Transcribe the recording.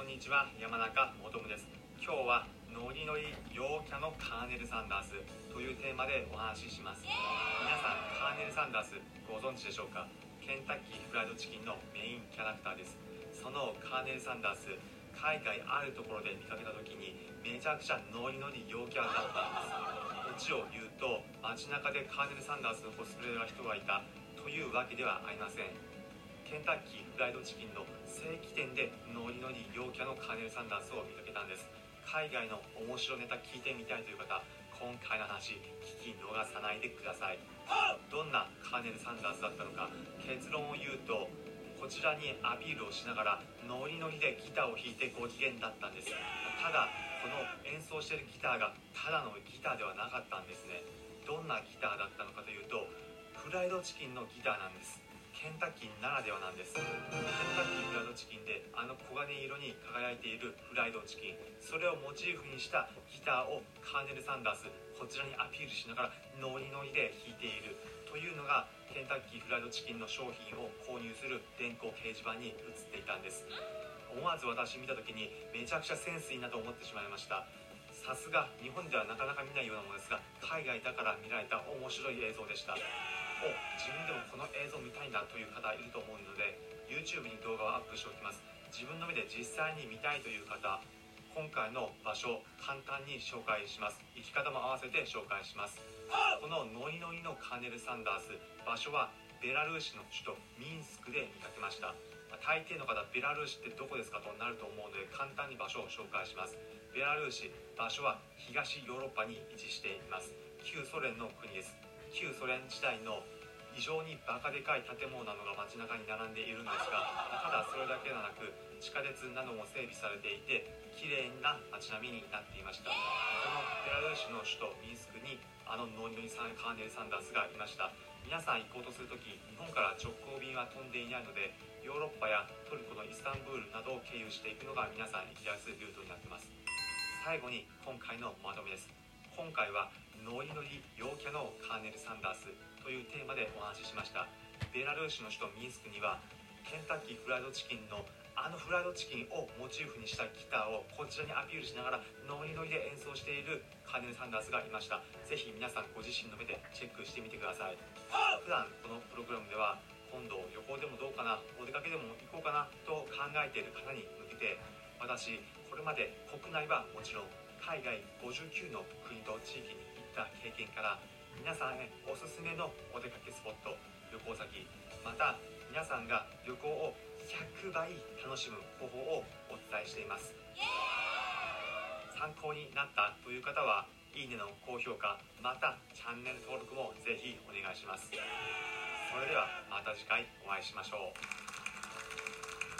こんにちは、山中もとむです。今日はノリノリ陽キャのカーネル・サンダースというテーマでお話しします。皆さん、カーネル・サンダースご存知でしょうか？ケンタッキーフライドチキンのメインキャラクターです。そのカーネル・サンダース、海外あるところで見かけた時にめちゃくちゃノリノリ陽キャだったんです。オチを言うと、街中でカーネル・サンダースのコスプレの人がいたというわけではありません。ケンタッキーフライドチキンの正規店でノリノリ陽キャのカーネル・サンダースを見かけたんです。海外の面白ネタ聞いてみたいという方、今回の話聞き逃さないでください。どんなカーネル・サンダースだったのか、結論を言うと、こちらにアピールをしながらノリノリでギターを弾いてご機嫌だったんです。ただこの演奏しているギターがただのギターではなかったんですね。どんなギターだったのかというと、フライドチキンのギターなんです。ケンタッキーならではなんです。ケンタッキーフライドチキンで黄金色に輝いているフライドチキン、それをモチーフにしたギターをカーネル・サンダース、こちらにアピールしながらノリノリで弾いているというのが、ケンタッキーフライドチキンの商品を購入する電光掲示板に映っていたんです。思わず私見た時にめちゃくちゃセンスいいなと思ってしまいました。さすが日本ではなかなか見ないようなものですが、海外だから見られた面白い映像でした。自分でもこの映像見たいなという方いると思うので YouTube に動画をアップしておきます。自分の目で実際に見たいという方、今回の場所簡単に紹介します。生き方も合わせて紹介します。このノリノリのカーネル・サンダース、場所はベラルーシの首都ミンスクで見かけました。大抵の方、ベラルーシってどこですかとなると思うので簡単に場所を紹介します。ベラルーシ、場所は東ヨーロッパに位置しています。旧ソ連の国です。旧ソ連時代の非常にバカでかい建物などが街中に並んでいるんですが、ただそれだけではなく地下鉄なども整備されていて綺麗な街並みになっていました。このベラルーシの首都ミンスクにノリノリカーネル・サンダースがいました。皆さん行こうとするとき、日本から直行便は飛んでいないので、ヨーロッパやトルコのイスタンブールなどを経由していくのが皆さん行きやすいルートになっています。最後に今回のまとめです。今回はノリノリ陽キャのカーネル・サンダースというテーマでお話ししました。ベラルーシの首都ミンスクにはケンタッキーフライドチキンのフライドチキンをモチーフにしたギターをこちらにアピールしながらノリノリで演奏しているカーネル・サンダースがいました。ぜひ皆さんご自身の目でチェックしてみてください。普段このプログラムでは今度旅行でもどうかな、お出かけでも行こうかなと考えている方に向けて、私これまで国内はもちろん海外59の国と地域に行った経験から、皆さんへおすすめのお出かけスポット、旅行先、また皆さんが旅行を100倍楽しむ方法をお伝えしています。参考になったという方は、いいねの高評価、またチャンネル登録もぜひお願いします。それではまた次回お会いしましょう。